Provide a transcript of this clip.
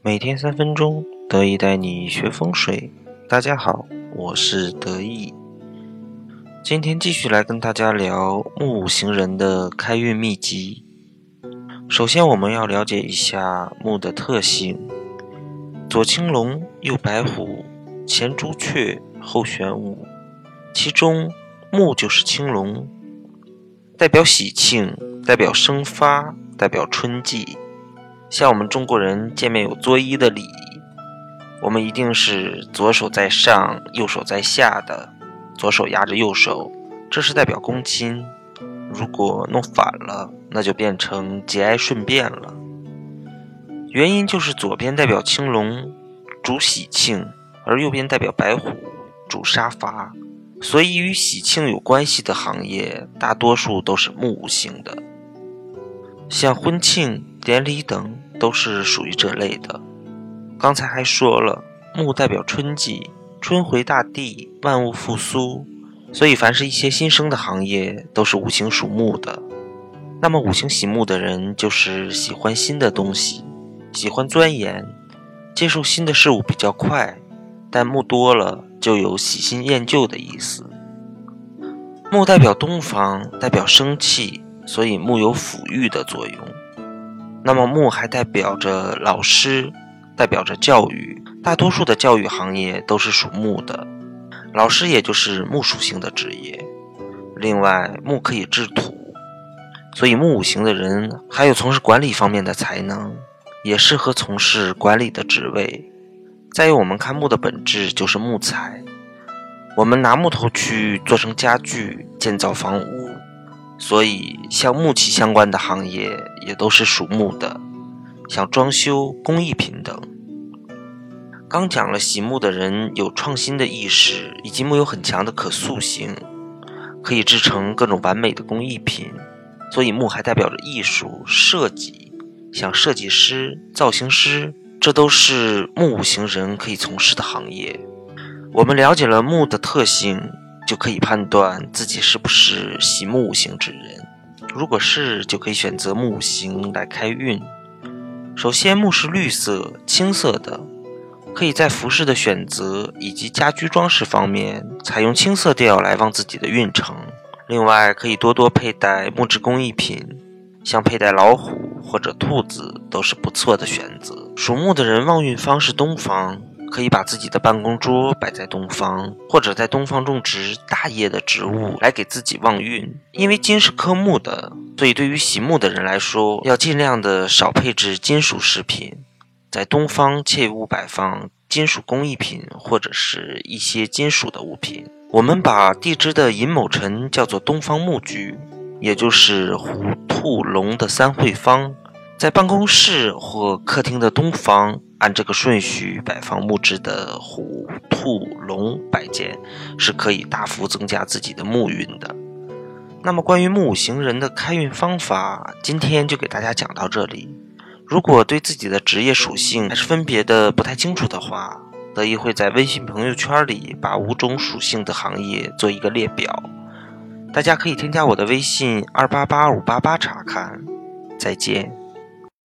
每天3分钟，得意带你学风水。大家好，我是得意。今天继续来跟大家聊木五行人的开运秘籍。首先我们要了解一下木的特性，左青龙，右白虎，前朱雀，后玄武。其中木就是青龙，代表喜庆，代表生发，代表春季。像我们中国人见面有作揖的礼仪，我们一定是左手在上，右手在下的，左手压着右手，这是代表恭亲。如果弄反了，那就变成节哀顺变了。原因就是左边代表青龙，主喜庆，而右边代表白虎，主杀伐。所以与喜庆有关系的行业，大多数都是木五行的。像婚庆、典礼等都是属于这类的。刚才还说了，木代表春季，春回大地，万物复苏，所以凡是一些新生的行业都是五行属木的。那么五行喜木的人就是喜欢新的东西，喜欢钻研，接受新的事物比较快，但木多了就有喜新厌旧的意思。木代表东方，代表生气，所以木有抚育的作用。那么木还代表着老师，代表着教育，大多数的教育行业都是属木的，老师也就是木属性的职业。另外木可以制土，所以木五行的人还有从事管理方面的才能，也适合从事管理的职位。再有我们看木的本质就是木材，我们拿木头去做成家具，建造房屋，所以像木器相关的行业也都是属木的，像装修、工艺品等。刚讲了喜木的人有创新的意识，以及木有很强的可塑性，可以制成各种完美的工艺品，所以木还代表着艺术、设计，像设计师、造型师，这都是木五行人可以从事的行业。我们了解了木的特性，就可以判断自己是不是喜木五行之人。如果是，就可以选择木五行来开运。首先木是绿色、青色的，可以在服饰的选择以及家居装饰方面采用青色调来旺自己的运程。另外可以多多佩戴木质工艺品，像佩戴老虎或者兔子都是不错的选择。属木的人旺运方是东方，可以把自己的办公桌摆在东方，或者在东方种植大叶的植物来给自己旺运。因为金是克木的，所以对于喜木的人来说，要尽量的少配置金属饰品，在东方切勿摆放金属工艺品或者是一些金属的物品。我们把地支的寅卯辰叫做东方木局，也就是虎、兔、龙的三会方。在办公室或客厅的东方，按这个顺序摆放木质的虎、兔、龙摆件，是可以大幅增加自己的木运的。那么关于木五行人的开运方法，今天就给大家讲到这里。如果对自己的职业属性还是分别的不太清楚的话，得意会在微信朋友圈里把5种属性的行业做一个列表，大家可以添加我的微信2882588查看。再见。